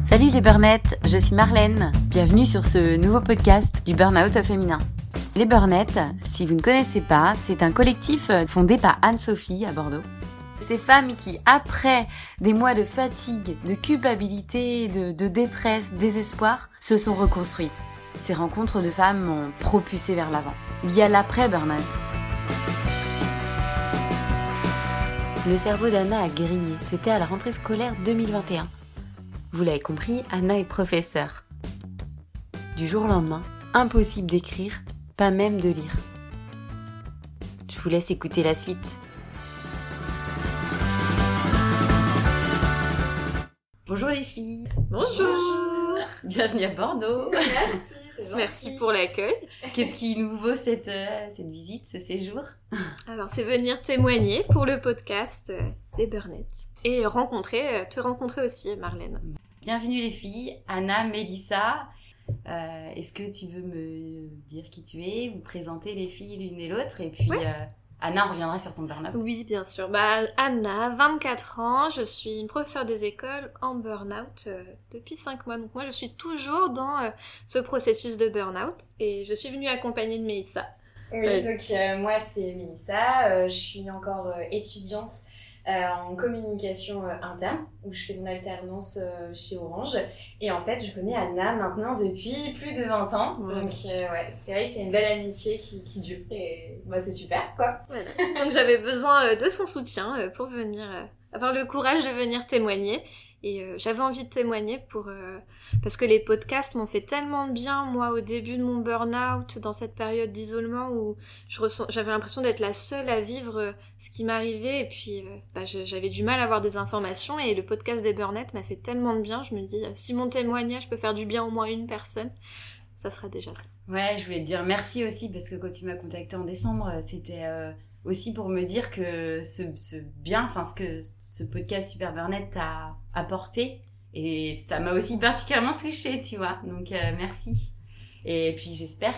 Salut les burnettes, je suis Marlène. Bienvenue sur ce nouveau podcast du Burnout au féminin. Les burnettes, si vous ne connaissez pas, c'est un collectif fondé par Anne-Sophie à Bordeaux. Ces femmes qui, après des mois de fatigue, de culpabilité, de détresse, désespoir, se sont reconstruites. Ces rencontres de femmes m'ont propulsée vers l'avant. Il y a l'après-burnout. Le cerveau d'Anna a grillé. C'était à la rentrée scolaire 2021. Vous l'avez compris, Anna est professeure. Du jour au lendemain, impossible d'écrire, pas même de lire. Je vous laisse écouter la suite. Bonjour les filles. Bonjour. Bienvenue à Bordeaux. Merci, c'est gentil. Merci pour l'accueil. Qu'est-ce qui nous vaut cette visite, ce séjour? Alors, c'est venir témoigner pour le podcast des burnettes. Et te rencontrer aussi, Marlène. Bienvenue les filles, Anna, Mélissa. Est-ce que tu veux me dire qui tu es, vous présenter les filles l'une et l'autre, et puis Anna, on reviendra sur ton burn-out. Oui, bien sûr. Anna, 24 ans, je suis une professeure des écoles en burn-out depuis 5 mois. Donc moi, je suis toujours dans ce processus de burn-out et je suis venue accompagnée de Mélissa. Oui, donc moi c'est Mélissa, je suis encore étudiante en communication interne où je fais mon alternance chez Orange et en fait je connais Anna maintenant depuis plus de 20 ans donc c'est vrai que c'est une belle amitié qui dure et c'est super quoi. Voilà. Donc j'avais besoin de son soutien pour venir avoir le courage de venir témoigner. Et j'avais envie de témoigner parce que les podcasts m'ont fait tellement de bien, moi, au début de mon burn-out, dans cette période d'isolement où j'avais l'impression d'être la seule à vivre ce qui m'arrivait, et puis j'avais du mal à avoir des informations, et le podcast des burnettes m'a fait tellement de bien, je me dis, si mon témoignage peut faire du bien au moins une personne, ça sera déjà ça. Ouais, je voulais te dire merci aussi, parce que quand tu m'as contactée en décembre, c'était... aussi pour me dire que ce que ce podcast Super Burnette t'a apporté, et ça m'a aussi particulièrement touchée, tu vois, donc merci. Et puis j'espère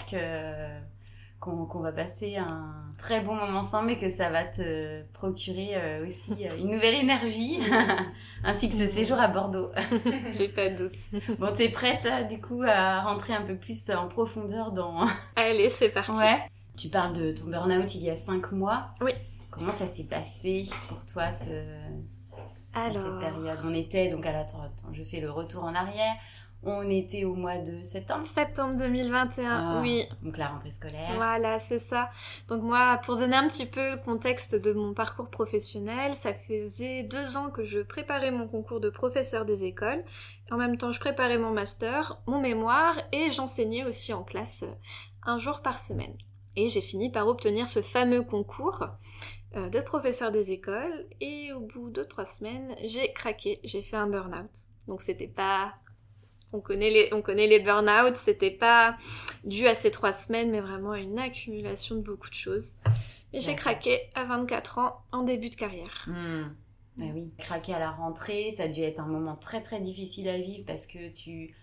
qu'on va passer un très bon moment ensemble et que ça va te procurer aussi une nouvelle énergie ainsi que ce séjour à Bordeaux. J'ai pas de doute. Bon, t'es prête du coup à rentrer un peu plus en profondeur dans... Allez, c'est parti. Ouais. Tu parles de ton burn-out il y a 5 mois. Oui. Comment ça s'est passé pour toi cette période? On était donc attends, je fais le retour en arrière. On était au mois de septembre. Septembre 2021, oui. Donc la rentrée scolaire. Voilà, c'est ça. Donc moi, pour donner un petit peu le contexte de mon parcours professionnel, ça faisait 2 ans que je préparais mon concours de professeur des écoles. En même temps, je préparais mon master, mon mémoire, et j'enseignais aussi en classe 1 jour par semaine. Et j'ai fini par obtenir ce fameux concours de professeur des écoles. Et au bout de 3 semaines, j'ai craqué, j'ai fait un burn-out. Donc c'était pas... On connaît les burn-out, c'était pas dû à ces 3 semaines, mais vraiment une accumulation de beaucoup de choses. Et j'ai craqué à 24 ans, en début de carrière. Ah oui, craquer à la rentrée, ça a dû être un moment très très difficile à vivre parce que tu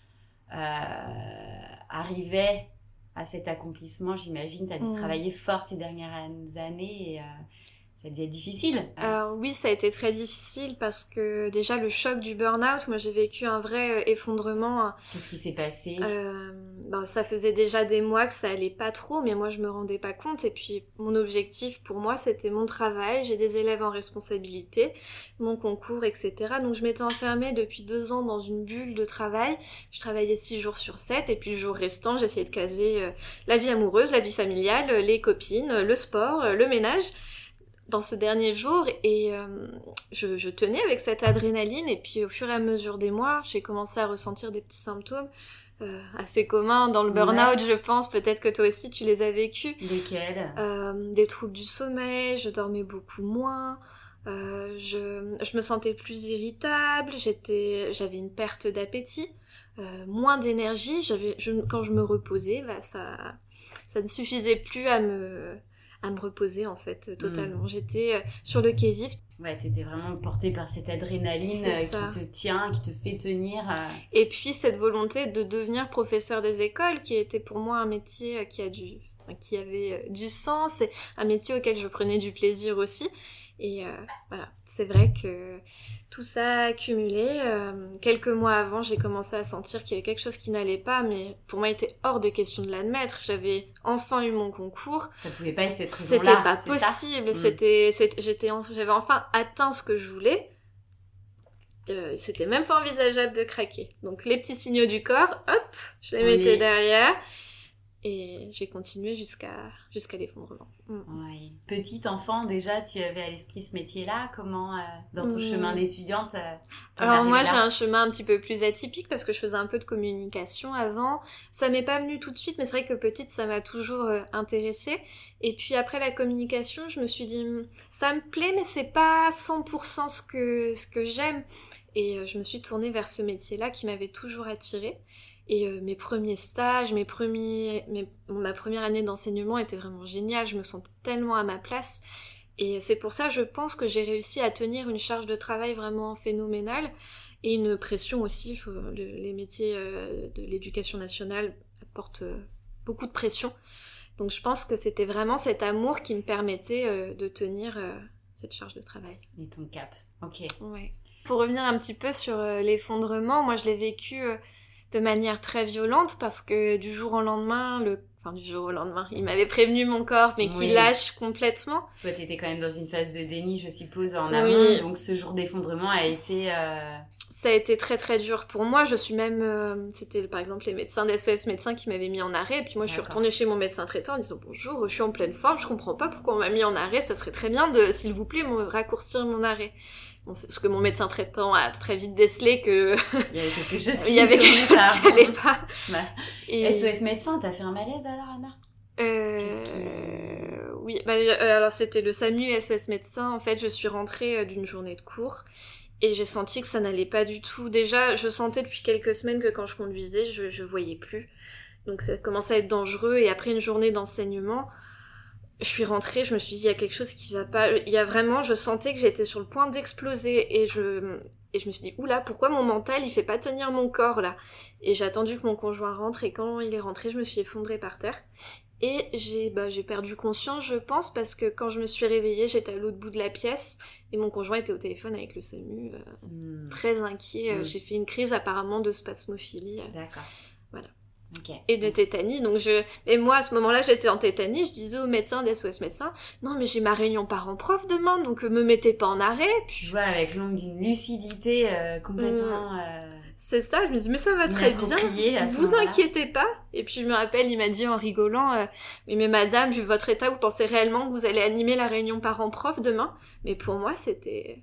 arrivais... à cet accomplissement, j'imagine, tu as dû travailler fort ces dernières années et ça a dû être difficile. Alors oui, ça a été très difficile parce que déjà le choc du burn-out, moi j'ai vécu un vrai effondrement. Qu'est-ce qui s'est passé? Ça faisait déjà des mois que ça allait pas trop, mais moi je me rendais pas compte. Et puis mon objectif pour moi c'était mon travail, j'ai des élèves en responsabilité, mon concours, etc. Donc je m'étais enfermée depuis 2 ans dans une bulle de travail. Je travaillais 6 jours sur 7 et puis le jour restant j'essayais de caser la vie amoureuse, la vie familiale, les copines, le sport, le ménage dans ce dernier jour, et je tenais avec cette adrénaline, et puis au fur et à mesure des mois, j'ai commencé à ressentir des petits symptômes assez communs dans le burn-out, je pense, peut-être que toi aussi tu les as vécus. Lesquels? Des troubles du sommeil, je dormais beaucoup moins, je me sentais plus irritable, j'avais une perte d'appétit, moins d'énergie, quand je me reposais, ça ne suffisait plus à me reposer en fait totalement. J'étais sur le quai-vif. Ouais, t'étais vraiment portée par cette adrénaline qui te tient, qui te fait tenir. Et puis cette volonté de devenir professeur des écoles qui était pour moi un métier qui avait du sens, et un métier auquel je prenais du plaisir aussi. Et voilà, c'est vrai que tout ça accumulé, quelques mois avant, j'ai commencé à sentir qu'il y avait quelque chose qui n'allait pas, mais pour moi, il était hors de question de l'admettre. J'avais enfin eu mon concours. Ça pouvait pas être cette raison-là. C'était pas possible. J'avais enfin atteint ce que je voulais. C'était même pas envisageable de craquer. Donc les petits signaux du corps, hop, je les mettais derrière. Et j'ai continué jusqu'à l'effondrement. Ouais. Petite enfant, déjà, tu avais à l'esprit ce métier-là. Comment, dans ton chemin d'étudiante, alors moi, j'ai un chemin un petit peu plus atypique parce que je faisais un peu de communication avant. Ça m'est pas venu tout de suite, mais c'est vrai que petite, ça m'a toujours intéressée. Et puis après la communication, je me suis dit, ça me plaît, mais c'est pas 100% ce que j'aime. Et je me suis tournée vers ce métier-là qui m'avait toujours attirée. Et mes premiers stages, ma première année d'enseignement était vraiment géniale, je me sentais tellement à ma place. Et c'est pour ça, je pense que j'ai réussi à tenir une charge de travail vraiment phénoménale et une pression aussi. Les métiers de l'éducation nationale apportent beaucoup de pression. Donc je pense que c'était vraiment cet amour qui me permettait de tenir cette charge de travail. Et ton cap, ok. Ouais. Pour revenir un petit peu sur l'effondrement, moi je l'ai vécu... de manière très violente parce que du jour au lendemain, il m'avait prévenu mon corps mais qui lâche complètement. Toi t'étais quand même dans une phase de déni je suppose en amont, donc ce jour d'effondrement a été... Ça a été très très dur pour moi, je suis même... c'était par exemple les médecins d'SOS médecins qui m'avaient mis en arrêt et puis moi je suis retournée chez mon médecin traitant en disant bonjour, je suis en pleine forme, je comprends pas pourquoi on m'a mis en arrêt, ça serait très bien de, s'il vous plaît, raccourcir mon arrêt. Bon, parce que mon médecin traitant a très vite décelé que il y avait quelque chose qui allait pas. Bah, et... SOS médecin, t'as fait un malaise alors Anna? Oui, alors c'était le SAMU SOS médecin. En fait, je suis rentrée d'une journée de cours et j'ai senti que ça n'allait pas du tout. Déjà, je sentais depuis quelques semaines que quand je conduisais, je voyais plus. Donc ça commençait à être dangereux et après une journée d'enseignement, je suis rentrée, je me suis dit, il y a quelque chose qui va pas. Il y a vraiment, je sentais que j'étais sur le point d'exploser et je me suis dit, oula, pourquoi mon mental, il fait pas tenir mon corps, là? Et j'ai attendu que mon conjoint rentre et quand il est rentré, je me suis effondrée par terre. Et j'ai perdu conscience, je pense, parce que quand je me suis réveillée, j'étais à l'autre bout de la pièce et mon conjoint était au téléphone avec le SAMU, très inquiet. J'ai fait une crise apparemment de spasmophilie. D'accord. Voilà. Okay. Et de tétanie, et moi à ce moment-là j'étais en tétanie, je disais au médecin d'SOS médecin, non mais j'ai ma réunion parents-prof demain, donc me mettez pas en arrêt. Tu vois, avec l'ombre d'une lucidité complètement... C'est ça, je me dis mais ça va très bien, vous inquiétez pas. Et puis je me rappelle, il m'a dit en rigolant, mais madame, vu votre état, vous pensez réellement que vous allez animer la réunion parents-prof demain? Mais pour moi c'était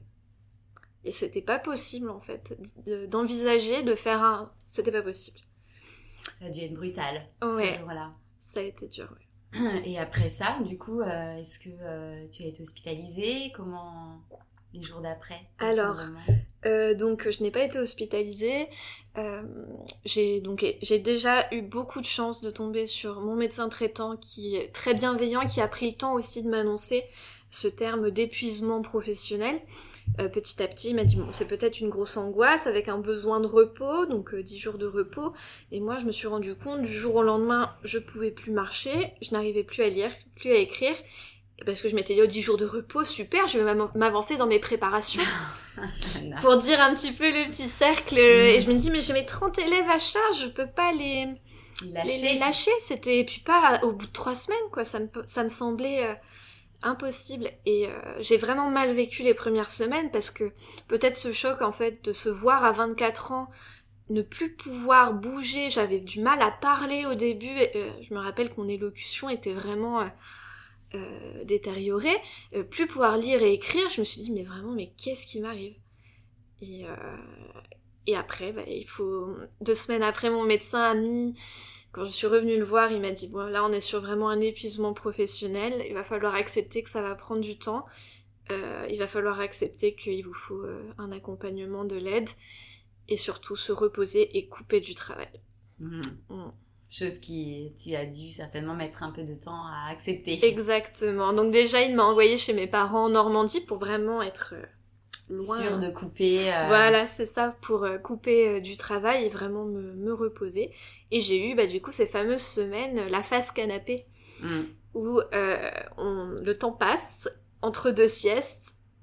pas possible en fait, d'envisager de faire c'était pas possible. Ça a dû être brutal, ouais. Ce jour-là. Ça a été dur, ouais. Et après ça, du coup, est-ce que tu as été hospitalisée? Comment les jours d'après? Alors, donc je n'ai pas été hospitalisée. J'ai déjà eu beaucoup de chance de tomber sur mon médecin traitant qui est très bienveillant, qui a pris le temps aussi de m'annoncer ce terme d'épuisement professionnel. Petit à petit, il m'a dit bon, c'est peut-être une grosse angoisse avec un besoin de repos, donc 10 jours de repos. Et moi, je me suis rendu compte, du jour au lendemain, je pouvais plus marcher, je n'arrivais plus à lire, plus à écrire, parce que je m'étais dit 10 jours de repos, super, je vais m'avancer dans mes préparations. Pour dire un petit peu le petit cercle. Et je me dis, mais j'ai mes 30 élèves à charge, je peux pas les lâcher. C'était, et puis pas au bout de 3 semaines, quoi. Ça me semblait... impossible. Et j'ai vraiment mal vécu les premières semaines parce que peut-être ce choc en fait de se voir à 24 ans ne plus pouvoir bouger, j'avais du mal à parler au début, je me rappelle que mon élocution était vraiment détériorée, plus pouvoir lire et écrire, je me suis dit mais qu'est-ce qui m'arrive? Et après il faut 2 semaines après, mon médecin a mis... Quand je suis revenue le voir, il m'a dit, bon, là, on est sur vraiment un épuisement professionnel. Il va falloir accepter que ça va prendre du temps. Il va falloir accepter qu'il vous faut un accompagnement, de l'aide. Et surtout, se reposer et couper du travail. Chose qui tu as dû certainement mettre un peu de temps à accepter. Exactement. Donc déjà, il m'a envoyée chez mes parents en Normandie pour vraiment être... loin. Sûr de couper. Voilà, c'est ça, pour couper du travail et vraiment me reposer. Et j'ai eu, du coup, ces fameuses semaines, la phase canapé, où le temps passe, entre 2 siestes,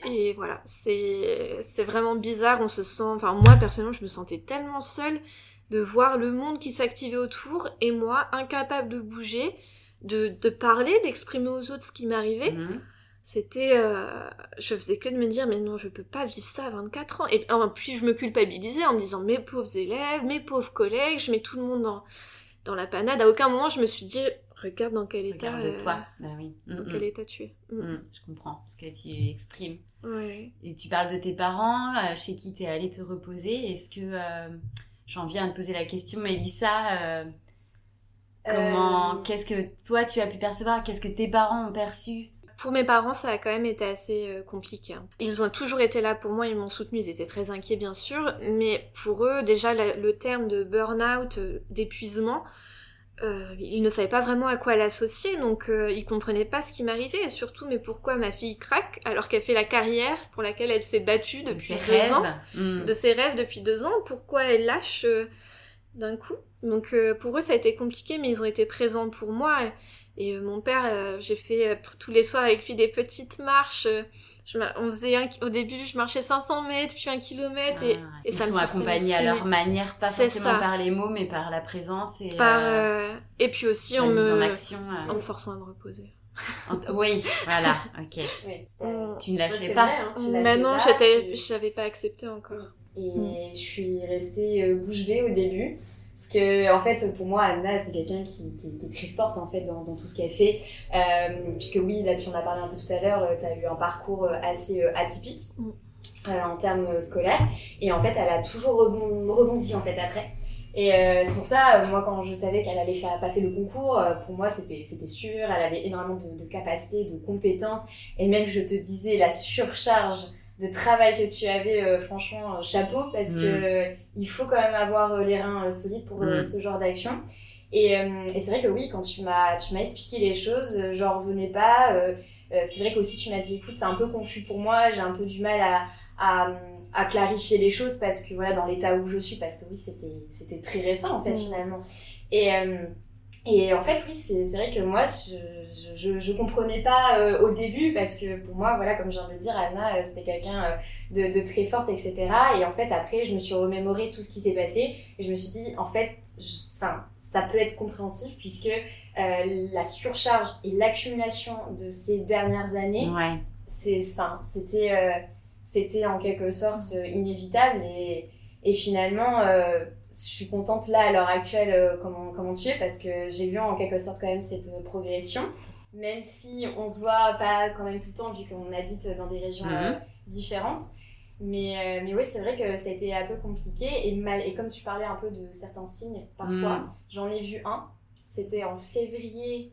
Et voilà, c'est vraiment bizarre, on se sent... Enfin, moi, personnellement, je me sentais tellement seule de voir le monde qui s'activait autour, et moi, incapable de bouger, de parler, d'exprimer aux autres ce qui m'arrivait. C'était... je faisais que de me dire, mais non, je peux pas vivre ça à 24 ans. Et puis, je me culpabilisais en me disant, mes pauvres élèves, mes pauvres collègues, je mets tout le monde dans la panade. À aucun moment, je me suis dit... Regarde dans quel état... Regarde-toi, bah oui. Dans quel état tu es. Je comprends, parce que tu exprimes. Ouais. Et tu parles de tes parents, chez qui t'es allée te reposer. Est-ce que... j'en viens à te poser la question, Mélissa. Qu'est-ce que toi, tu as pu percevoir? Qu'est-ce que tes parents ont perçu? Pour mes parents, ça a quand même été assez compliqué. Ils ont toujours été là pour moi, ils m'ont soutenue, ils étaient très inquiets, bien sûr. Mais pour eux, déjà, le terme de burn-out, d'épuisement... ils ne savaient pas vraiment à quoi l'associer, donc ils comprenaient pas ce qui m'arrivait, et surtout, mais pourquoi ma fille craque alors qu'elle fait la carrière pour laquelle elle s'est battue depuis 2 ans, de ses rêves depuis 2 ans, pourquoi elle lâche d'un coup. Donc pour eux ça a été compliqué, mais ils ont été présents pour moi, et mon père, j'ai fait tous les soirs avec lui des petites marches. On faisait au début, je marchais 500 mètres, puis 1 kilomètre, et ça me t'ont accompagné à leur manière, pas forcément par les mots, mais par la présence et et puis aussi en mise en action, en me forçant à me reposer. Oui, voilà, ok. Oui, tu ne lâchais pas. Vrai, hein, tu lâchais non, pas, j'avais pas accepté encore. Et je suis restée bouche bée au début. Parce que, en fait, pour moi, Anna, c'est quelqu'un qui est très forte, en fait, dans tout ce qu'elle fait. Puisque oui, là, tu en as parlé un peu tout à l'heure, tu as eu un parcours assez atypique en termes scolaires. Et en fait, elle a toujours rebondi, en fait, après. Et c'est pour ça, moi, quand je savais qu'elle allait faire passer le concours, pour moi, c'était sûr. Elle avait énormément de capacités, de compétences. Et même, je te disais, la surcharge de travail que tu avais, franchement, chapeau, parce que il faut quand même avoir les reins solides pour ce genre d'action. Et c'est vrai que oui, quand tu m'as expliqué les choses, j'en revenais pas. C'est vrai qu'aussi tu m'as dit, écoute, c'est un peu confus pour moi, j'ai un peu du mal à clarifier les choses, parce que voilà, dans l'état où je suis, parce que oui, c'était très récent en fait finalement. Et en fait, oui, c'est vrai que moi, je comprenais pas au début, parce que pour moi, voilà, comme je viens de le dire, Anna, c'était quelqu'un de très forte, etc. Et en fait, après, je me suis remémoré tout ce qui s'est passé, et je me suis dit, en fait, ça peut être compréhensif, puisque la surcharge et l'accumulation de ces dernières années, c'était en quelque sorte inévitable, et finalement, je suis contente là à l'heure actuelle comment tu es, parce que j'ai vu en quelque sorte quand même cette progression, même si on se voit pas quand même tout le temps vu qu'on habite dans des régions différentes. Mais oui, c'est vrai que ça a été un peu compliqué, et comme tu parlais un peu de certains signes parfois, j'en ai vu un, c'était en février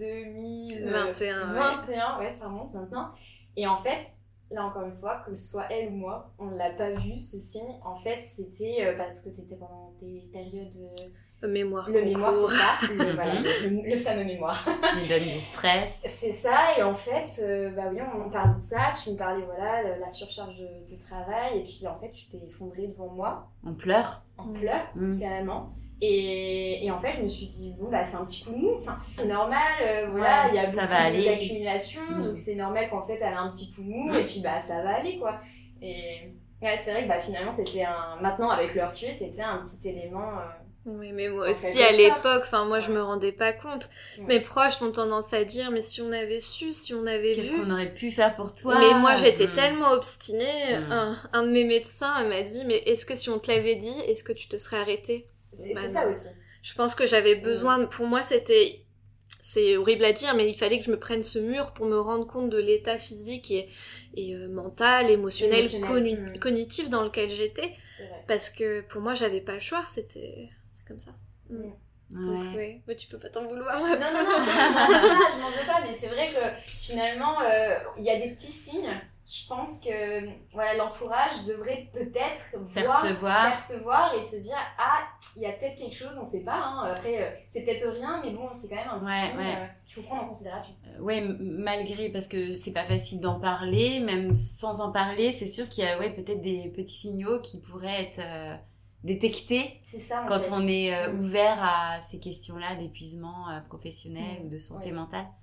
2021, ouais, ça remonte maintenant, et en fait, là encore une fois, que ce soit elle ou moi, on ne l'a pas vu, ce signe. En fait, c'était parce que tu étais pendant des périodes... Le mémoire, c'est ça. Le fameux mémoire. Qui donne du stress. C'est ça, et en fait, oui, on parlait de ça, tu me parlais, voilà, la surcharge de travail, et puis en fait, tu t'es effondrée devant moi. En pleurs, carrément. Et en fait, je me suis dit, bon, c'est un petit coup de mou, enfin, c'est normal, voilà, il y a beaucoup d'accumulation, donc c'est normal qu'en fait, elle a un petit coup de mou, et puis ça va aller, quoi. Et ouais, c'est vrai que finalement, c'était maintenant, avec le recul, c'était un petit élément... Oui, mais moi aussi, à l'époque, moi, je me rendais pas compte. Mes proches ont tendance à dire, mais si on avait su, si on avait vu... Qu'est-ce qu'on aurait pu faire pour toi? Mais moi, j'étais tellement obstinée. Un de mes médecins m'a dit, mais est-ce que si on te l'avait dit, est-ce que tu te serais arrêtée? C'est ça aussi. Je pense que j'avais besoin... Pour moi, c'est horrible à dire, mais il fallait que je me prenne ce mur pour me rendre compte de l'état physique et mental, émotionnel, cognitif dans lequel j'étais. Parce que pour moi, j'avais pas le choix, c'est comme ça. Donc, ouais. Mais tu peux pas t'en vouloir. Non, je m'en veux pas, mais c'est vrai que finalement, il y a des petits signes. Je pense que voilà, l'entourage devrait peut-être percevoir et se dire, il y a peut-être quelque chose, on sait pas. Après, c'est peut-être rien, mais bon, c'est quand même un petit signe qu'il faut prendre en considération. Malgré, parce que c'est pas facile d'en parler, même sans en parler, c'est sûr qu'il y a peut-être des petits signaux qui pourraient être détectés. C'est ça, quand on est ouvert à ces questions-là d'épuisement professionnel ou de santé mentale.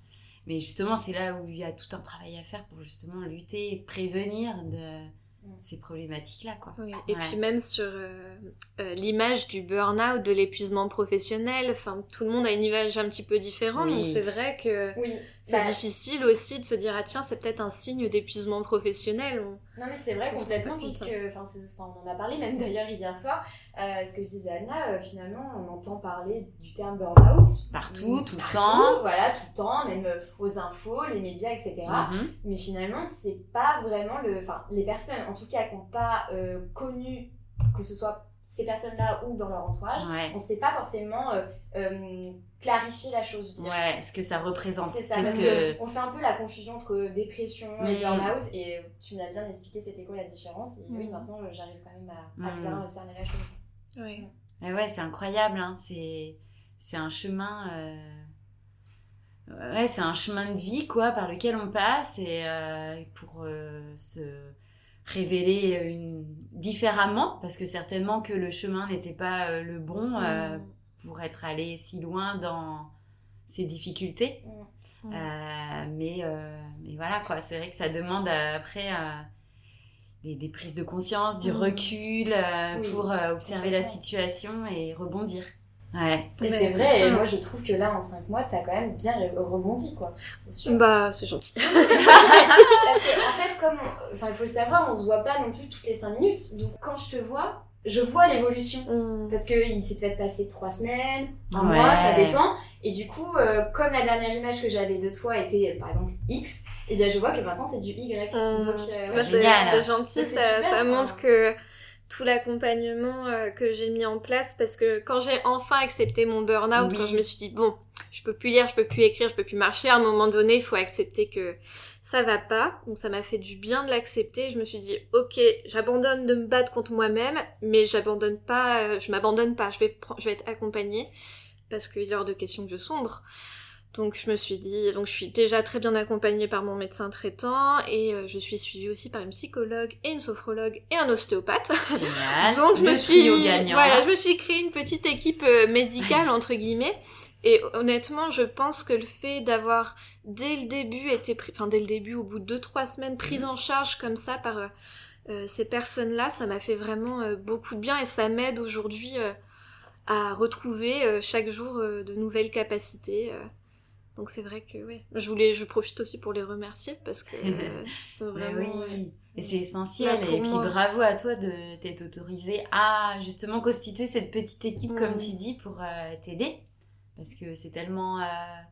Mais justement, c'est là où il y a tout un travail à faire pour justement lutter et prévenir de ces problématiques-là, quoi. Oui. Et puis même sur l'image du burn-out, de l'épuisement professionnel, enfin, tout le monde a une image un petit peu différente, donc c'est vrai que c'est difficile aussi de se dire, ah tiens, c'est peut-être un signe d'épuisement professionnel. Non mais c'est vrai complètement, puisque on en a parlé même d'ailleurs hier soir, ce que je disais à Anna, finalement on entend parler du terme burn-out partout, tout le temps. Voilà, tout le temps, même aux infos, les médias, etc. Mais finalement c'est pas vraiment les personnes en tout cas qui n'ont pas connu, que ce soit ces personnes-là ou dans leur entourage, on sait pas forcément clarifier la chose, je dirais. Ouais, ce que ça représente. C'est ça, parce qu'on fait un peu la confusion entre dépression et burn-out, et tu m'as bien expliqué c'était quoi la différence, et oui, maintenant j'arrive quand même à bien cerner la chose. Oui. Et ouais, c'est incroyable, hein. C'est un chemin... Ouais, c'est un chemin de vie, quoi, par lequel on passe, et pour se révéler différemment, parce que certainement que le chemin n'était pas le bon pour être allé si loin dans ces difficultés. Mais voilà, quoi, c'est vrai que ça demande après des prises de conscience, du recul pour observer la situation et rebondir. Ouais. Mais c'est vrai, et moi je trouve que là en 5 mois t'as quand même bien rebondi, quoi. C'est sûr. Bah c'est gentil. Parce que en fait, comme il faut le savoir, on se voit pas non plus toutes les 5 minutes, donc quand je te vois, je vois l'évolution. Parce qu'il s'est peut-être passé 3 semaines, un mois, ça dépend. Et du coup, comme la dernière image que j'avais de toi était par exemple X, et bien je vois que maintenant c'est du Y. Donc c'est gentil, ça montre que tout l'accompagnement que j'ai mis en place, parce que quand j'ai enfin accepté mon burn-out, quand je me suis dit bon, je peux plus lire, je peux plus écrire, je peux plus marcher, à un moment donné il faut accepter que ça va pas, donc ça m'a fait du bien de l'accepter. Je me suis dit ok, j'abandonne de me battre contre moi-même, mais je m'abandonne pas, je vais être accompagnée, parce qu'il est hors de question que je sombre. Donc je me suis dit, donc je suis déjà très bien accompagnée par mon médecin traitant, et je suis suivie aussi par une psychologue et une sophrologue et un ostéopathe. Génial. Donc je me suis créée une petite équipe médicale entre guillemets. Et honnêtement, je pense que le fait d'avoir dès le début, au bout de 2-3 semaines, prise en charge comme ça par ces personnes-là, ça m'a fait vraiment beaucoup de bien, et ça m'aide aujourd'hui à retrouver chaque jour de nouvelles capacités. Donc c'est vrai que je profite aussi pour les remercier, parce que c'est vraiment... Et c'est essentiel, et puis bravo à toi de t'être autorisée à justement constituer cette petite équipe, comme tu dis, pour t'aider, parce que c'est tellement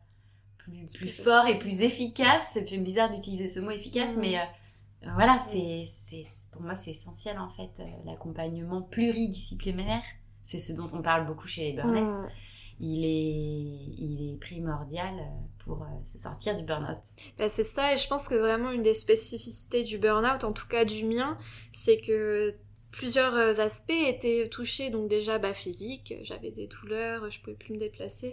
plus fort et plus efficace. C'est bizarre d'utiliser ce mot efficace, mais voilà, pour moi c'est essentiel en fait, l'accompagnement pluridisciplinaire, c'est ce dont on parle beaucoup chez les burn-out. Il est primordial pour se sortir du burn-out. Bah c'est ça, et je pense que vraiment une des spécificités du burn-out, en tout cas du mien, c'est que plusieurs aspects étaient touchés. Donc déjà physique, j'avais des douleurs, je pouvais plus me déplacer,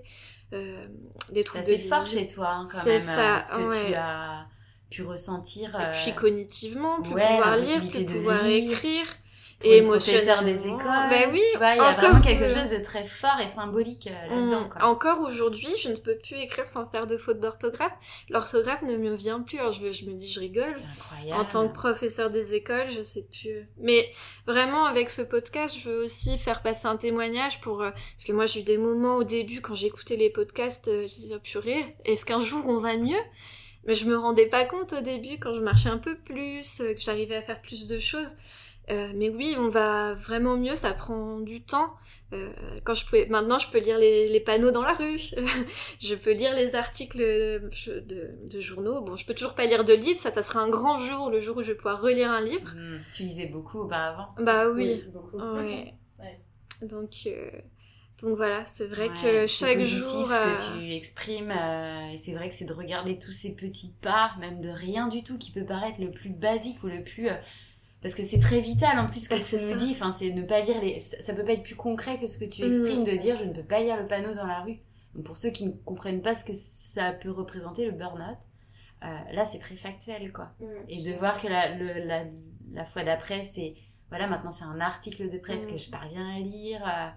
des troubles de vie. C'est fort chez toi hein, quand c'est même, ça, ce que tu as pu ressentir. Et puis cognitivement, plus pouvoir lire, plus pouvoir écrire. Et professeur des écoles, tu vois, il y a vraiment quelque chose de très fort et symbolique là-dedans, quoi. Encore aujourd'hui, je ne peux plus écrire sans faire de faute d'orthographe. L'orthographe ne me vient plus. Alors je me dis, je rigole. C'est incroyable. En tant que professeur des écoles, je sais plus. Mais vraiment, avec ce podcast, je veux aussi faire passer un témoignage parce que moi, j'ai eu des moments au début, quand j'écoutais les podcasts, je disais, oh, purée, est-ce qu'un jour on va mieux? Mais je me rendais pas compte au début, quand je marchais un peu plus, que j'arrivais à faire plus de choses. Mais oui, on va vraiment mieux, ça prend du temps. Maintenant, je peux lire les panneaux dans la rue, je peux lire les articles de journaux. Bon, je peux toujours pas lire de livres, ça sera un grand jour, le jour où je vais pouvoir relire un livre. Tu lisais beaucoup auparavant? Bah oui, beaucoup. Ouais. Donc voilà, c'est vrai que chaque jour... ce que tu exprimes, et c'est vrai que c'est de regarder tous ces petits pas, même de rien du tout, qui peut paraître le plus basique ou le plus... Parce que c'est très vital en plus, comme tu nous dis, c'est ne pas lire ça peut pas être plus concret que ce que tu exprimes, de dire je ne peux pas lire le panneau dans la rue. Donc pour ceux qui ne comprennent pas ce que ça peut représenter, le burn-out, là c'est très factuel, quoi. Et de voir que la fois d'après, c'est... Voilà, maintenant c'est un article de presse que je parviens à lire...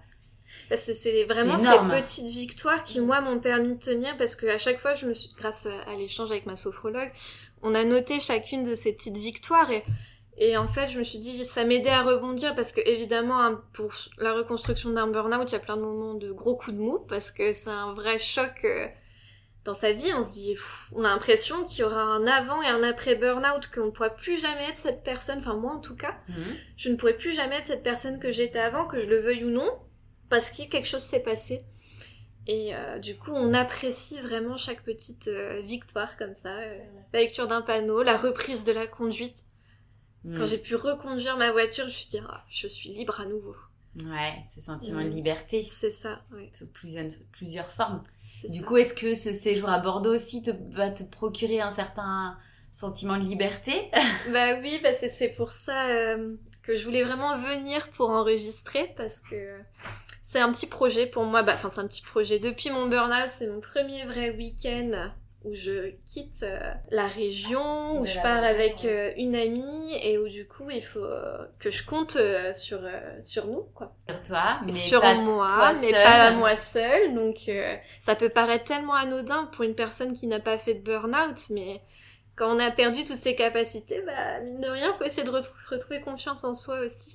C'est vraiment C'est énorme. ces petites victoires qui, moi, m'ont permis de tenir, parce que à chaque fois, grâce à l'échange avec ma sophrologue, on a noté chacune de ces petites victoires, et en fait, je me suis dit, ça m'aidait à rebondir, parce que évidemment, pour la reconstruction d'un burn-out, il y a plein de moments de gros coups de mou, parce que c'est un vrai choc dans sa vie. On se dit, on a l'impression qu'il y aura un avant et un après burn-out, qu'on ne pourra plus jamais être cette personne, enfin moi en tout cas, je ne pourrai plus jamais être cette personne que j'étais avant, que je le veuille ou non, parce que quelque chose s'est passé. Et du coup, on apprécie vraiment chaque petite victoire comme ça. La lecture d'un panneau, la reprise de la conduite. Quand j'ai pu reconduire ma voiture, je me suis dit, je suis libre à nouveau. Ouais, ce sentiment de liberté. C'est ça, ouais. Sous plusieurs formes. Du ça. coup, est-ce que ce séjour à Bordeaux aussi va te procurer un certain sentiment de liberté? Bah oui, c'est pour ça que je voulais vraiment venir pour enregistrer, parce que c'est un petit projet pour moi. C'est un petit projet. Depuis mon burn-out, c'est mon premier vrai week-end où je quitte la région, où je pars avec une amie, et où du coup il faut que je compte sur nous, quoi. Sur toi, mais sur pas moi, toi mais seule. pas moi seule. Donc ça peut paraître tellement anodin pour une personne qui n'a pas fait de burn-out, mais quand on a perdu toutes ses capacités, mine de rien, faut essayer de retrouver confiance en soi aussi.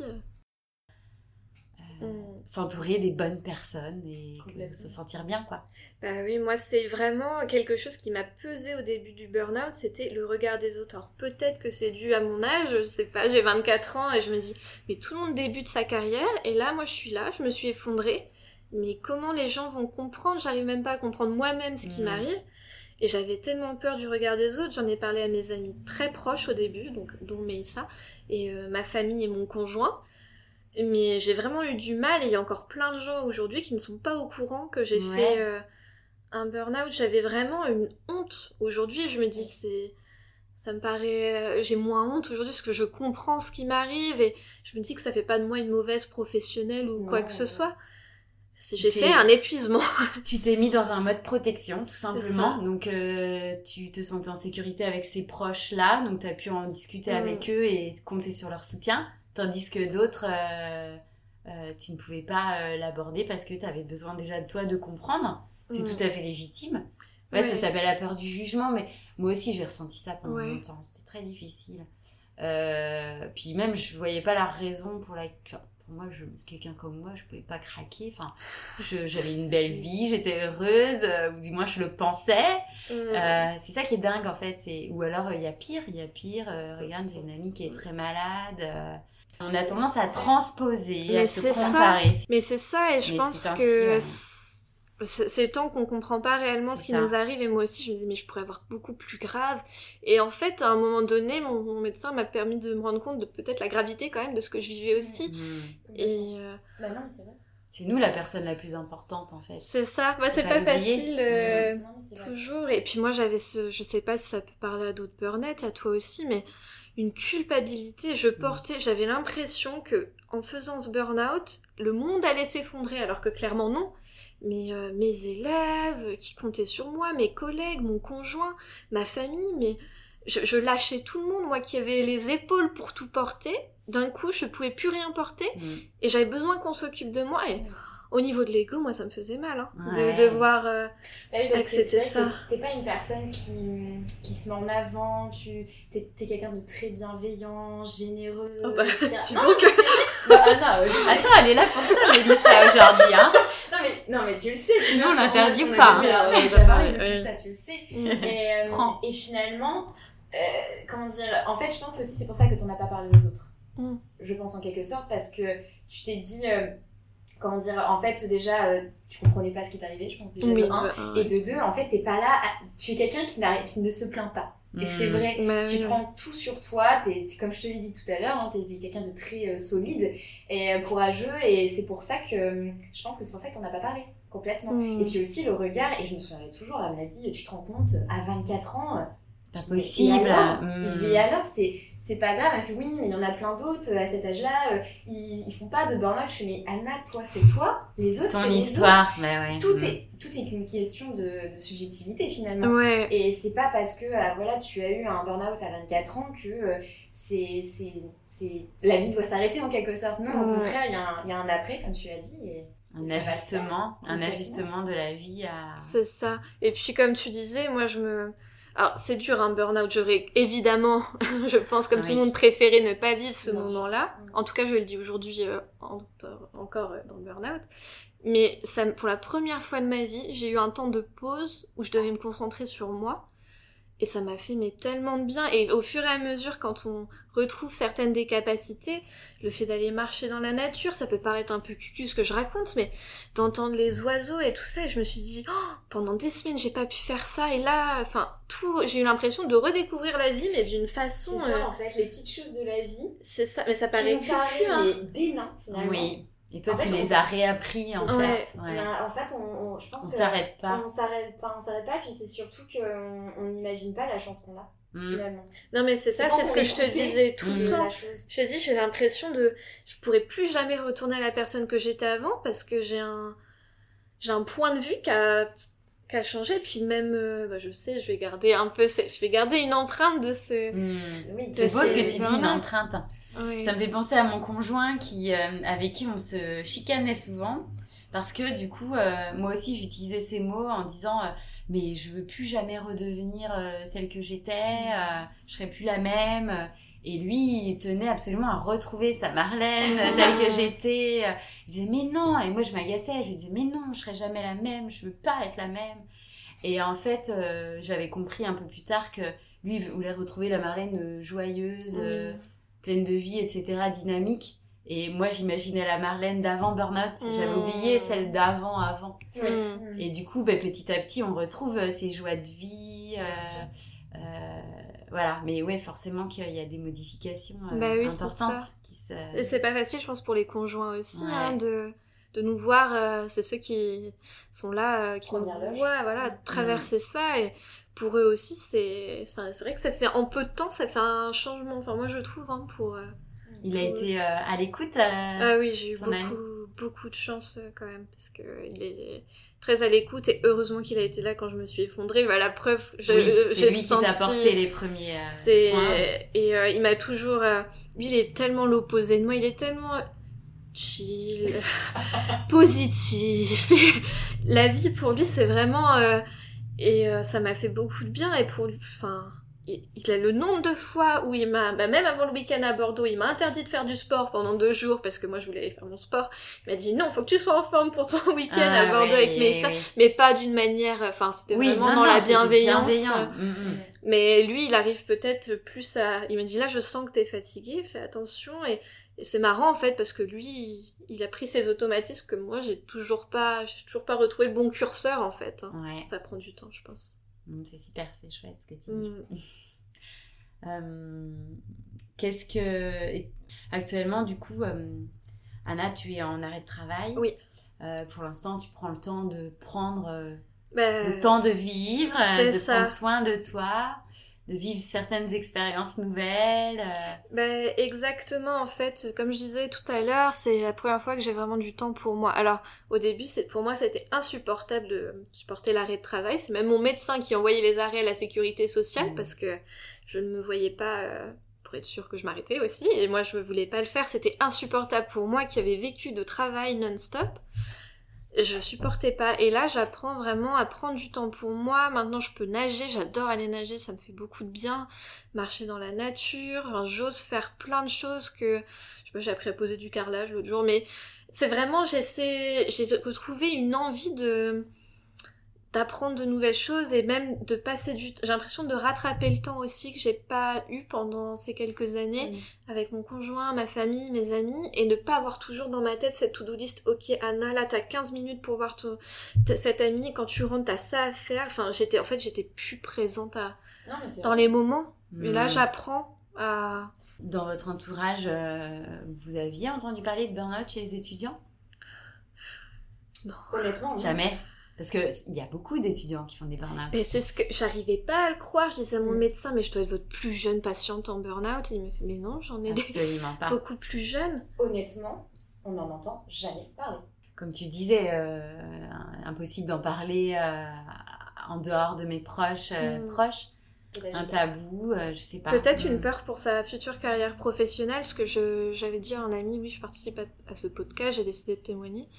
S'entourer des bonnes personnes et se sentir bien, quoi. Bah oui, moi c'est vraiment quelque chose qui m'a pesé au début du burn-out, c'était le regard des autres. Alors peut-être que c'est dû à mon âge, je sais pas, j'ai 24 ans et je me dis, mais tout le monde débute sa carrière, et là moi je suis là, je me suis effondrée, mais comment les gens vont comprendre? J'arrive même pas à comprendre moi-même ce qui m'arrive. Et j'avais tellement peur du regard des autres, j'en ai parlé à mes amis très proches au début, donc dont Mélissa, et ma famille et mon conjoint. Mais j'ai vraiment eu du mal, et il y a encore plein de gens aujourd'hui qui ne sont pas au courant que j'ai fait un burn-out. J'avais vraiment une honte. Aujourd'hui, je me dis, ça me paraît... j'ai moins honte aujourd'hui parce que je comprends ce qui m'arrive, et je me dis que ça fait pas de moi une mauvaise professionnelle ou quoi que ce soit. J'ai fait un épuisement. Tu t'es mis dans un mode protection, tout simplement. Donc, tu te sentais en sécurité avec ces proches-là, donc t'as pu en discuter avec eux et compter sur leur soutien. Tandis que d'autres, tu ne pouvais pas l'aborder parce que tu avais besoin déjà de toi de comprendre. C'est tout à fait légitime. Ouais, ça s'appelle la peur du jugement, mais moi aussi j'ai ressenti ça pendant longtemps. C'était très difficile. Puis même, je voyais pas la raison pour pour moi, quelqu'un comme moi, je pouvais pas craquer. Enfin, j'avais une belle vie, j'étais heureuse, ou du moins je le pensais. C'est ça qui est dingue en fait. Ou alors il y a pire. Regarde, j'ai une amie qui est très malade. On a tendance à transposer, à se comparer. Mais c'est ça, et je pense que c'est tant qu'on comprend pas réellement ce qui nous arrive, et moi aussi je me disais mais je pourrais avoir beaucoup plus grave, et en fait à un moment donné mon médecin m'a permis de me rendre compte de peut-être la gravité quand même de ce que je vivais aussi. Et bah non, mais c'est vrai. C'est nous la personne la plus importante en fait. C'est ça, c'est pas facile toujours. Et puis moi j'avais je sais pas si ça peut parler à d'autres burn-out, à toi aussi, mais une culpabilité, j'avais l'impression que en faisant ce burn-out, le monde allait s'effondrer, alors que clairement non. Mais mes élèves qui comptaient sur moi, mes collègues, mon conjoint, ma famille, mais je lâchais tout le monde, moi qui avais les épaules pour tout porter. D'un coup, je pouvais plus rien porter, et j'avais besoin qu'on s'occupe de moi. Et au niveau de l'ego, moi, ça me faisait mal, de voir oui, parce que c'était ça. T'es pas une personne qui se met en avant, t'es quelqu'un de très bienveillant, généreux. Oh bah, dis non, donc. Attends, elle est là pour ça, Mélissa, aujourd'hui, hein. Non mais tu le sais, sinon on l'interviewe pas. On a déjà parlé de tout ça, tu le sais. Et finalement, comment dire, en fait, je pense que aussi c'est pour ça que t'en as pas parlé aux autres. Je pense en quelque sorte, parce que tu t'es dit... comment dire, en fait déjà tu comprenais pas ce qui t'arrivait, je pense déjà de 1, et de 2, en fait t'es pas là, tu es quelqu'un qui ne se plaint pas, et c'est vrai, tu prends tout sur toi, t'es comme je te l'ai dit tout à l'heure, t'es quelqu'un de très solide et courageux, et c'est pour ça que je pense que c'est pour ça que t'en as pas parlé complètement. Et puis aussi le regard, et je me souviendrai toujours, elle m'a dit, tu te rends compte à 24 ans pas possible. Et alors, c'est pas grave. Elle fait oui, mais il y en a plein d'autres à cet âge-là, ils font pas de burn-out. Je fais mais Anna, toi c'est toi, les autres ton c'est histoire. Les autres. Tout est qu'une question de subjectivité finalement. Et c'est pas parce que voilà, tu as eu un burn-out à 24 ans que la vie doit s'arrêter en quelque sorte. Non, au contraire, il y a un après, comme tu l'as dit. Un Ça va ajustement, faire, un complètement. ajustement de la vie à... C'est ça. Et puis comme tu disais, moi alors c'est dur un burn-out, j'aurais évidemment, je pense comme tout le Oui. monde, préféré ne pas vivre ce Bien sûr. moment-là. En tout cas, je le dis aujourd'hui encore dans le burn-out. Mais ça, pour la première fois de ma vie, j'ai eu un temps de pause où je devais me concentrer sur moi. Et ça m'a fait tellement de bien. Et au fur et à mesure, quand on retrouve certaines des capacités, le fait d'aller marcher dans la nature, ça peut paraître un peu cucu ce que je raconte, mais d'entendre les oiseaux et tout ça, et je me suis dit, oh, pendant des semaines, j'ai pas pu faire ça. Et là, j'ai eu l'impression de redécouvrir la vie, mais d'une façon... C'est ça, en fait, les petites choses de la vie C'est ça, mais ça qui paraît nous cucu, paraissent hein. mais bénins, finalement. Oui. Et toi, En tu fait, les as réappris, en C'est fait. ça. Ouais. En fait, je pense On que s'arrête pas. on s'arrête pas, puis c'est surtout qu'on n'imagine pas la chance qu'on a, finalement. Non, mais c'est ça, quand c'est ce on que est je te coupé disais tout de le de temps. la chose. Je te dis, j'ai l'impression je pourrais plus jamais retourner à la personne que j'étais avant parce que j'ai un point de vue qui a changé. Puis même, je sais, je vais garder une empreinte de ce... Oui, C'est beau ce que c'est tu dis, vraiment- une empreinte. Ouais. Ça me fait penser à mon conjoint avec qui on se chicanait souvent. Parce que du coup, moi aussi, j'utilisais ces mots en disant mais je veux plus jamais redevenir celle que j'étais, je serai plus la même. Et lui, il tenait absolument à retrouver sa Marlène telle que j'étais. Je disais mais non, et moi je m'agaçais, je lui disais mais non, je serai jamais la même, je veux pas être la même. Et en fait, j'avais compris un peu plus tard que lui voulait retrouver la Marlène joyeuse, pleine de vie, etc., dynamique. Et moi, j'imaginais la Marlène d'avant Burnout. J'avais oublié celle d'avant. Oui. Et du coup, petit à petit, on retrouve ces joies de vie. Voilà. Mais ouais, forcément qu'il y a des modifications Bah oui, c'est importantes. ça. Et c'est pas facile, je pense, pour les conjoints aussi, Ouais. hein, de nous voir. C'est ceux qui sont là, qui nous Première loge. voient, voilà, traverser ça. Et pour eux aussi, c'est vrai que ça fait, en peu de temps, ça fait un changement. Enfin, moi, je trouve, hein, pour... Il a été à l'écoute. Ah oui, j'ai eu ton ami. beaucoup de chance quand même, parce que il est très à l'écoute, et heureusement qu'il a été là quand je me suis effondrée. Bah, la preuve, Oui, j'ai c'est lui senti... qui t'a apporté les premiers soins. Et il m'a toujours... lui, il est tellement l'opposé de moi, il est tellement chill, positif. Et la vie, pour lui, c'est vraiment... ça m'a fait beaucoup de bien, et pour lui... Enfin... Il a le nombre de fois où il m'a, même avant le week-end à Bordeaux, il m'a interdit de faire du sport pendant 2 jours parce que moi je voulais aller faire mon sport. Il m'a dit non, faut que tu sois en forme pour ton week-end à Bordeaux avec mes ça, mais pas d'une manière, c'était vraiment dans la bienveillance. Mais lui, il arrive peut-être plus à, il m'a dit là, je sens que t'es fatigué, fais attention. Et c'est marrant en fait parce que lui, il a pris ses automatismes que moi j'ai toujours pas retrouvé le bon curseur en fait. Ouais. Ça prend du temps, je pense. C'est super, c'est chouette ce que tu dis. Qu'est-ce que... Actuellement, du coup, Anna, tu es en arrêt de travail. Oui. Pour l'instant, tu prends le temps de prendre le temps de vivre, de ça. prendre soin de toi, de vivre certaines expériences nouvelles. Exactement, en fait, comme je disais tout à l'heure, c'est la première fois que j'ai vraiment du temps pour moi. Alors, au début, pour moi, c'était insupportable de supporter l'arrêt de travail. C'est même mon médecin qui envoyait les arrêts à la sécurité sociale parce que je ne me voyais pas... pour être sûre que je m'arrêtais aussi, et moi, je ne voulais pas le faire. C'était insupportable pour moi qui avais vécu de travail non-stop. Je supportais pas. Et là, j'apprends vraiment à prendre du temps pour moi. Maintenant, je peux nager. J'adore aller nager. Ça me fait beaucoup de bien. Marcher dans la nature. Enfin, j'ose faire plein de choses que... Je sais pas, j'ai appris à poser du carrelage l'autre jour. Mais c'est vraiment... J'ai retrouvé une envie d'apprendre de nouvelles choses et même de passer du temps. J'ai l'impression de rattraper le temps aussi que j'ai pas eu pendant ces quelques années avec mon conjoint, ma famille, mes amis, et ne pas avoir toujours dans ma tête cette to-do list. Ok Anna, là t'as 15 minutes pour voir cette amie, quand tu rentres t'as ça à faire. Enfin j'étais plus présente dans les moments. Mais là j'apprends à... Dans votre entourage, vous aviez entendu parler de burn-out chez les étudiants ? Non. Honnêtement, jamais. Parce qu'il y a beaucoup d'étudiants qui font des burn-out. Mais c'est ce que j'arrivais pas à le croire. Je disais à mon médecin, mais je dois être votre plus jeune patiente en burn-out. Et il me fait, mais non, j'en ai absolument pas. Beaucoup plus jeunes. Honnêtement, on n'en entend jamais parler. Comme tu disais, impossible d'en parler en dehors de mes proches. Un tabou, je sais pas. Peut-être une peur pour sa future carrière professionnelle, parce que j'avais dit à un ami, oui, je participe à ce podcast, j'ai décidé de témoigner.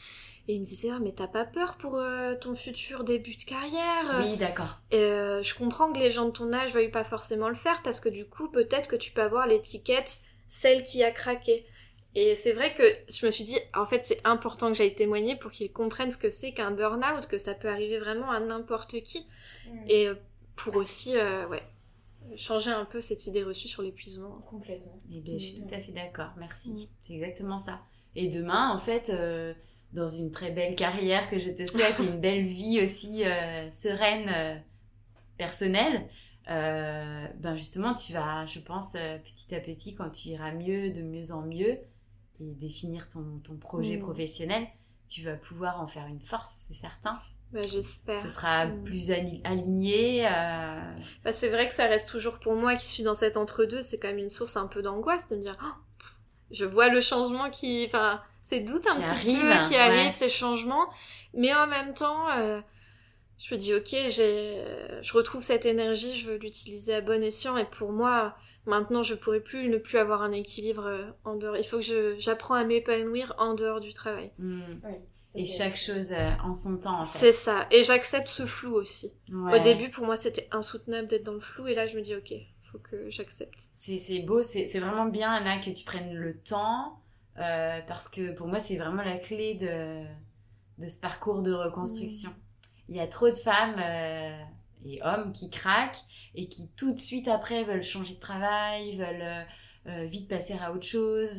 Et il me disait, mais t'as pas peur pour ton futur début de carrière? Oui, d'accord. Je comprends que les gens de ton âge veuillent pas forcément le faire parce que du coup, peut-être que tu peux avoir l'étiquette celle qui a craqué. Et c'est vrai que je me suis dit, en fait, c'est important que j'aille témoigner pour qu'ils comprennent ce que c'est qu'un burn-out, que ça peut arriver vraiment à n'importe qui. Et pour aussi, changer un peu cette idée reçue sur l'épuisement. Complètement. Eh bien, je suis tout à fait d'accord, merci. C'est exactement ça. Et demain, en fait, dans une très belle carrière que je te souhaite et une belle vie aussi sereine, personnelle, justement, tu vas, je pense, petit à petit, quand tu iras mieux, de mieux en mieux, et définir ton projet professionnel, tu vas pouvoir en faire une force, c'est certain. J'espère. Ce sera plus aligné. C'est vrai que ça reste toujours pour moi qui suis dans cet entre-deux, c'est quand même une source un peu d'angoisse de me dire je vois le changement ces doutes un petit peu qui arrivent, ces changements, mais en même temps je me dis ok, je retrouve cette énergie, je veux l'utiliser à bon escient, et pour moi maintenant je pourrais plus ne plus avoir un équilibre en dehors, il faut que j'apprends à m'épanouir en dehors du travail. Oui. Et chaque chose en son temps, en fait. C'est ça. Et j'accepte ce flou aussi. Ouais. Au début, pour moi, c'était insoutenable d'être dans le flou. Et là, je me dis, ok, faut que j'accepte. C'est beau. C'est vraiment bien, Anna, que tu prennes le temps. Parce que pour moi, c'est vraiment la clé de ce parcours de reconstruction. Il y a trop de femmes et hommes qui craquent et qui, tout de suite après, veulent changer de travail, veulent vite passer à autre chose...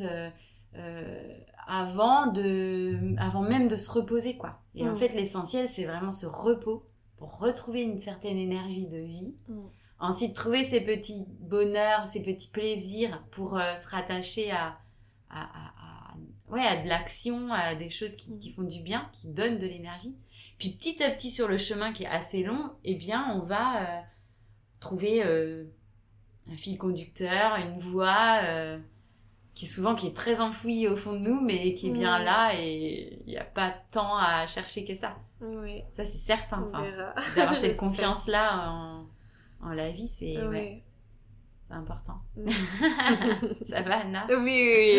avant même de se reposer, quoi. Et en fait, l'essentiel, c'est vraiment ce repos pour retrouver une certaine énergie de vie. Ensuite, trouver ces petits bonheurs, ces petits plaisirs pour se rattacher à de l'action, à des choses qui font du bien, qui donnent de l'énergie. Puis petit à petit, sur le chemin qui est assez long, eh bien, on va trouver un fil conducteur, une voie... qui est très enfoui au fond de nous, mais qui est bien là, et il n'y a pas tant à chercher que ça. Oui. Ça, c'est certain. D'avoir cette confiance-là en la vie, c'est important. Ça va, Anna? Oui.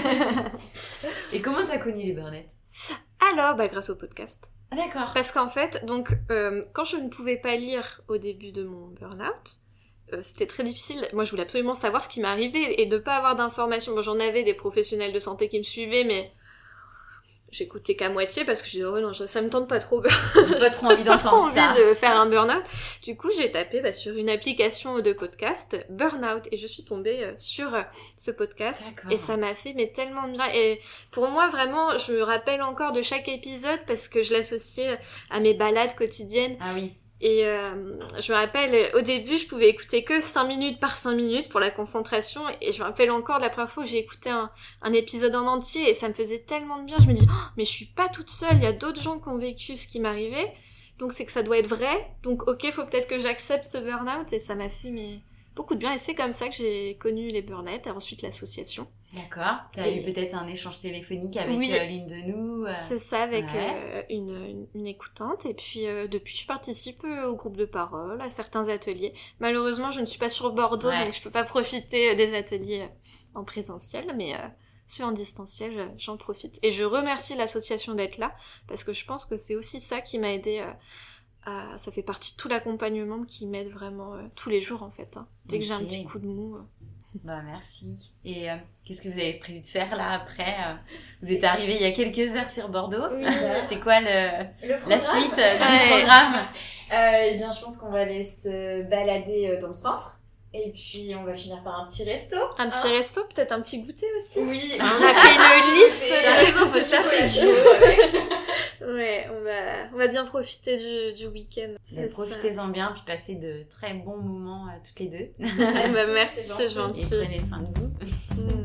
Et comment t'as connu les burn-out? Alors, grâce au podcast. Ah, d'accord. Parce qu'en fait, donc, quand je ne pouvais pas lire au début de mon burn-out, c'était très difficile. Moi, je voulais absolument savoir ce qui m'arrivait et de pas avoir d'informations. Bon, j'en avais des professionnels de santé qui me suivaient, mais j'écoutais qu'à moitié parce que je disais, non, ça me tente pas trop. J'ai pas trop envie d'entendre ça. Pas trop envie de faire un burn-out. Du coup, j'ai tapé sur une application de podcast, Burnout, et je suis tombée sur ce podcast. D'accord. Et ça m'a fait tellement de bien. Et pour moi, vraiment, je me rappelle encore de chaque épisode parce que je l'associais à mes balades quotidiennes. Ah oui. Et je me rappelle, au début, je pouvais écouter que 5 minutes par 5 minutes pour la concentration. Et je me rappelle encore de la première fois où j'ai écouté un épisode en entier et ça me faisait tellement de bien. Je me dis, mais je suis pas toute seule, il y a d'autres gens qui ont vécu ce qui m'arrivait. Donc c'est que ça doit être vrai. Donc ok, faut peut-être que j'accepte ce burn-out. Et ça m'a fait beaucoup de bien. Et c'est comme ça que j'ai connu les burn-out et ensuite l'association. D'accord. T'as eu peut-être un échange téléphonique avec l'une de nous. C'est ça, avec une écoutante. Et puis depuis, je participe au groupe de parole, à certains ateliers. Malheureusement, je ne suis pas sur Bordeaux, donc je peux pas profiter des ateliers en présentiel, mais ceux en distanciel, j'en profite. Et je remercie l'association d'être là, parce que je pense que c'est aussi ça qui m'a aidée ça fait partie de tout l'accompagnement qui m'aide vraiment tous les jours, en fait. Dès que j'ai un petit coup de mou... merci. Et qu'est-ce que vous avez prévu de faire là après? Vous êtes arrivé il y a quelques heures sur Bordeaux. Oui, c'est quoi la suite du programme? Eh bien, je pense qu'on va aller se balader dans le centre. Et puis, on va finir par un petit resto. Un petit resto, peut-être un petit goûter aussi. Oui. On a fait une liste. T'as raison, faut faire Ouais, on va bien profiter du week-end. Profitez-en bien, puis passez de très bons moments toutes les deux. Merci, c'est gentil. Et prenez soin de vous.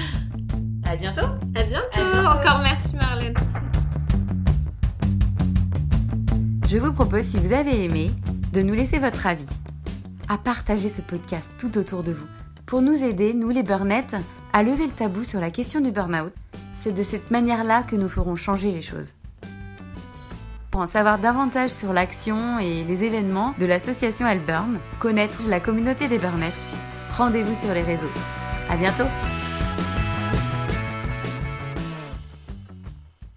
À bientôt. À bientôt. Encore merci, Marlène. Je vous propose, si vous avez aimé, de nous laisser votre avis, à partager ce podcast tout autour de vous, pour nous aider, nous les burnettes, à lever le tabou sur la question du burn-out. C'est de cette manière-là que nous ferons changer les choses. Pour en savoir davantage sur l'action et les événements de l'association Elle Burn, connaître la communauté des burnettes, rendez-vous sur les réseaux. À bientôt!